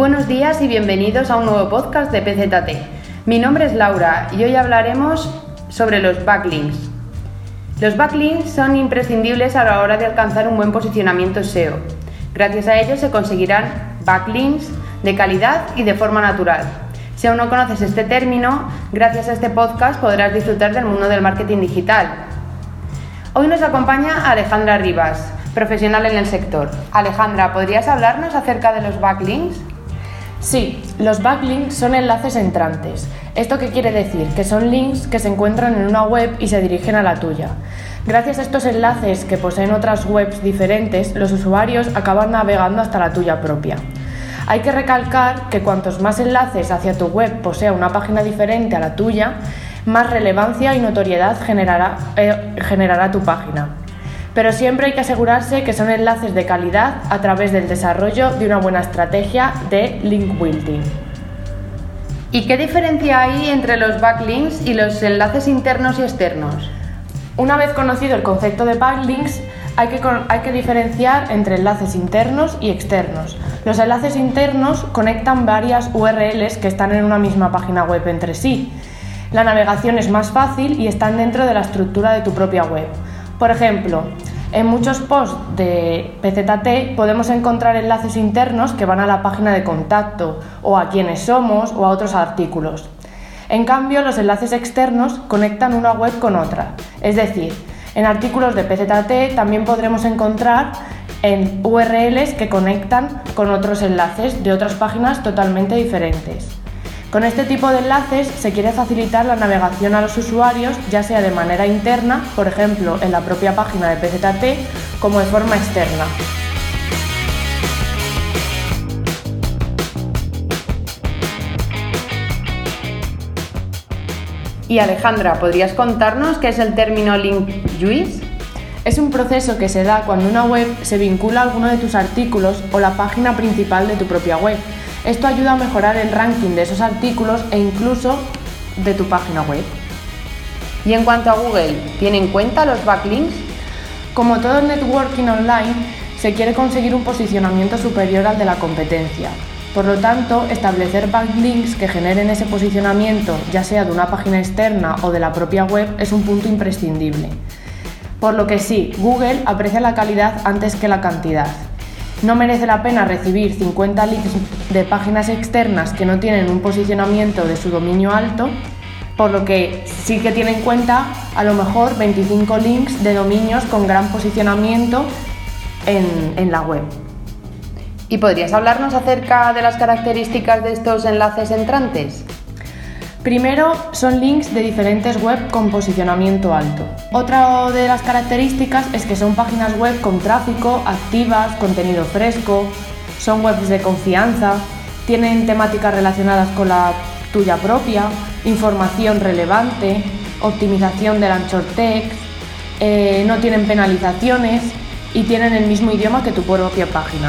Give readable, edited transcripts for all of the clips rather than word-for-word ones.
Buenos días y bienvenidos a un nuevo podcast de PZT. Mi nombre es Laura y hoy hablaremos sobre los backlinks. Los backlinks son imprescindibles a la hora de alcanzar un buen posicionamiento SEO. Gracias a ellos se conseguirán backlinks de calidad y de forma natural. Si aún no conoces este término, gracias a este podcast podrás disfrutar del mundo del marketing digital. Hoy nos acompaña Alejandra Rivas, profesional en el sector. Alejandra, ¿podrías hablarnos acerca de los backlinks? Sí, los backlinks son enlaces entrantes. ¿Esto qué quiere decir? Que son links que se encuentran en una web y se dirigen a la tuya. Gracias a estos enlaces que poseen otras webs diferentes, los usuarios acaban navegando hasta la tuya propia. Hay que recalcar que cuantos más enlaces hacia tu web posea una página diferente a la tuya, más relevancia y notoriedad generará tu página. Pero siempre hay que asegurarse que son enlaces de calidad a través del desarrollo de una buena estrategia de link building. ¿Y qué diferencia hay entre los backlinks y los enlaces internos y externos? Una vez conocido el concepto de backlinks, hay que diferenciar entre enlaces internos y externos. Los enlaces internos conectan varias URLs que están en una misma página web entre sí. La navegación es más fácil y están dentro de la estructura de tu propia web. Por ejemplo, en muchos posts de PZT podemos encontrar enlaces internos que van a la página de contacto, o a quiénes somos, o a otros artículos. En cambio, los enlaces externos conectan una web con otra. Es decir, en artículos de PZT también podremos encontrar en URLs que conectan con otros enlaces de otras páginas totalmente diferentes. Con este tipo de enlaces se quiere facilitar la navegación a los usuarios, ya sea de manera interna, por ejemplo en la propia página de PZT, como de forma externa. Y Alejandra, ¿podrías contarnos qué es el término link juice? Es un proceso que se da cuando una web se vincula a alguno de tus artículos o la página principal de tu propia web. Esto ayuda a mejorar el ranking de esos artículos e incluso de tu página web. Y en cuanto a Google, ¿tiene en cuenta los backlinks? Como todo networking online, se quiere conseguir un posicionamiento superior al de la competencia. Por lo tanto, establecer backlinks que generen ese posicionamiento, ya sea de una página externa o de la propia web, es un punto imprescindible. Por lo que sí, Google aprecia la calidad antes que la cantidad. No merece la pena recibir 50 links de páginas externas que no tienen un posicionamiento de su dominio alto, por lo que sí que tiene en cuenta a lo mejor 25 links de dominios con gran posicionamiento en la web. ¿Y podrías hablarnos acerca de las características de estos enlaces entrantes? Primero, son links de diferentes webs con posicionamiento alto. Otra de las características es que son páginas web con tráfico, activas, contenido fresco, son webs de confianza, tienen temáticas relacionadas con la tuya propia, información relevante, optimización del anchor text, no tienen penalizaciones y tienen el mismo idioma que tu propia página.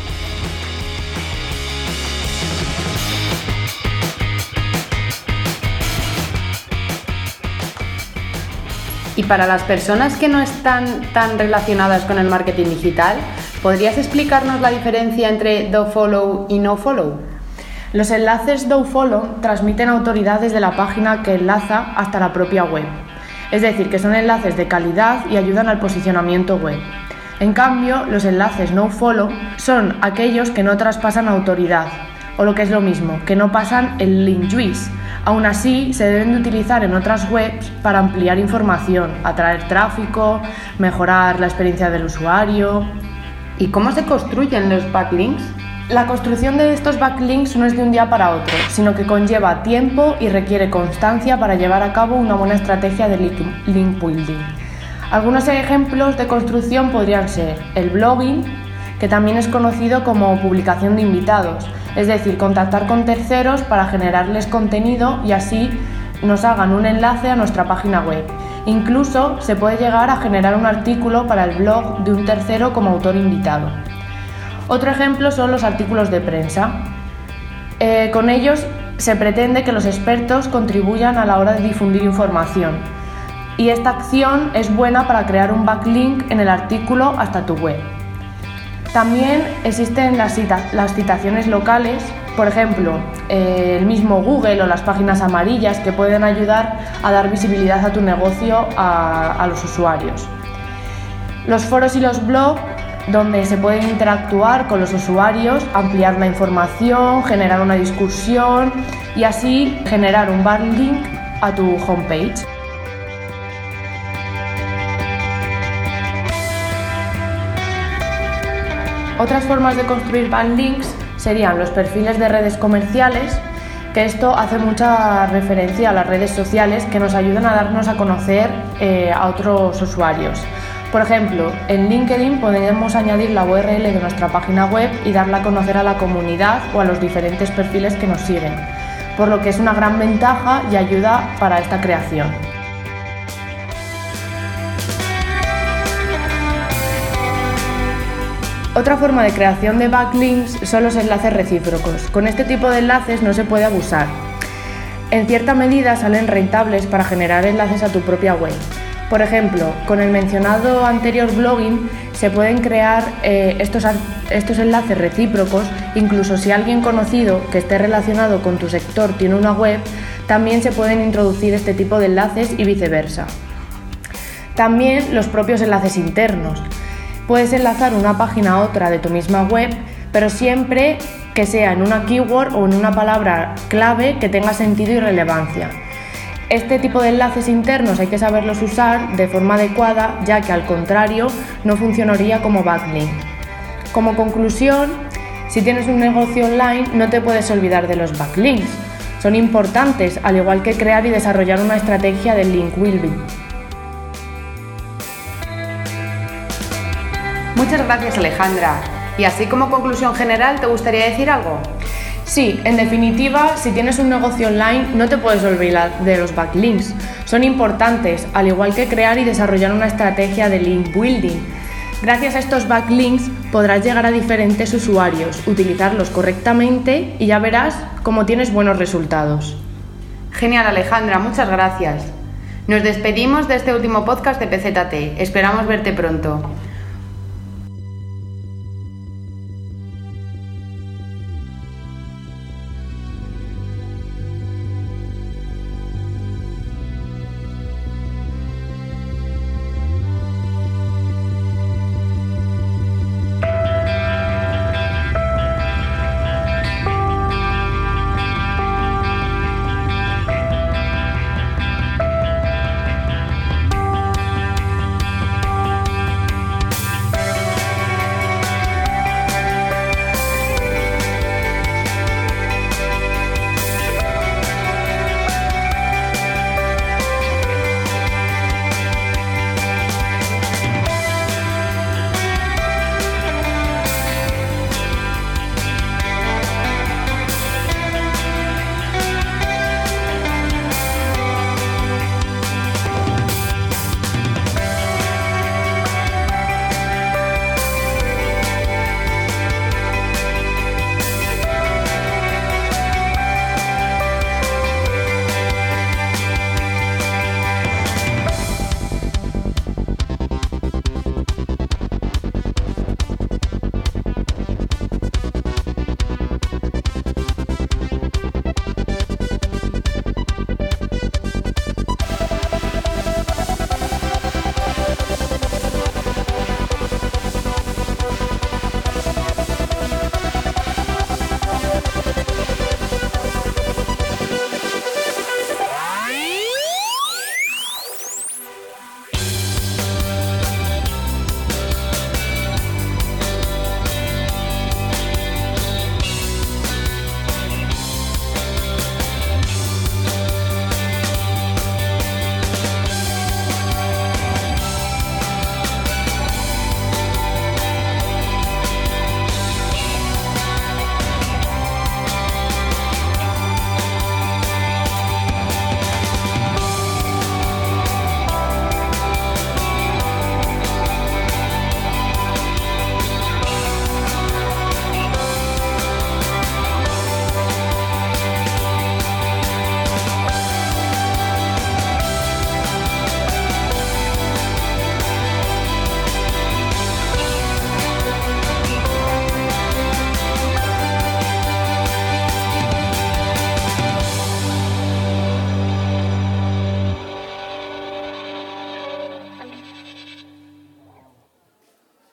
Y para las personas que no están tan relacionadas con el marketing digital, ¿podrías explicarnos la diferencia entre dofollow y nofollow? Los enlaces dofollow transmiten autoridad desde la página que enlaza hasta la propia web. Es decir, que son enlaces de calidad y ayudan al posicionamiento web. En cambio, los enlaces nofollow son aquellos que no traspasan autoridad, o lo que es lo mismo, que no pasan el link juice. Aún así, se deben de utilizar en otras webs para ampliar información, atraer tráfico, mejorar la experiencia del usuario. ¿Y cómo se construyen los backlinks? La construcción de estos backlinks no es de un día para otro, sino que conlleva tiempo y requiere constancia para llevar a cabo una buena estrategia de link building. Algunos ejemplos de construcción podrían ser el blogging, que también es conocido como publicación de invitados, es decir, contactar con terceros para generarles contenido y así nos hagan un enlace a nuestra página web. Incluso se puede llegar a generar un artículo para el blog de un tercero como autor invitado. Otro ejemplo son los artículos de prensa. Con ellos se pretende que los expertos contribuyan a la hora de difundir información. Y esta acción es buena para crear un backlink en el artículo hasta tu web. También existen las citaciones locales, por ejemplo, el mismo Google o las páginas amarillas que pueden ayudar a dar visibilidad a tu negocio a los usuarios. Los foros y los blogs, donde se pueden interactuar con los usuarios, ampliar la información, generar una discusión y así generar un backlink a tu homepage. Otras formas de construir backlinks serían los perfiles de redes comerciales, que esto hace mucha referencia a las redes sociales que nos ayudan a darnos a conocer a otros usuarios. Por ejemplo, en LinkedIn podemos añadir la URL de nuestra página web y darla a conocer a la comunidad o a los diferentes perfiles que nos siguen, por lo que es una gran ventaja y ayuda para esta creación. Otra forma de creación de backlinks son los enlaces recíprocos. Con este tipo de enlaces no se puede abusar. En cierta medida salen rentables para generar enlaces a tu propia web. Por ejemplo, con el mencionado anterior blogging se pueden crear estos enlaces recíprocos, incluso si alguien conocido que esté relacionado con tu sector tiene una web, también se pueden introducir este tipo de enlaces y viceversa. También los propios enlaces internos. Puedes enlazar una página a otra de tu misma web, pero siempre que sea en una keyword o en una palabra clave que tenga sentido y relevancia. Este tipo de enlaces internos hay que saberlos usar de forma adecuada, ya que al contrario no funcionaría como backlink. Como conclusión, si tienes un negocio online no te puedes olvidar de los backlinks. Son importantes, al igual que crear y desarrollar una estrategia de link building. Muchas gracias, Alejandra. Y así como conclusión general, ¿te gustaría decir algo? Sí, en definitiva, si tienes un negocio online no te puedes olvidar de los backlinks. Son importantes, al igual que crear y desarrollar una estrategia de link building. Gracias a estos backlinks podrás llegar a diferentes usuarios, utilizarlos correctamente y ya verás cómo tienes buenos resultados. Genial, Alejandra, muchas gracias. Nos despedimos de este último podcast de PZT. Esperamos verte pronto.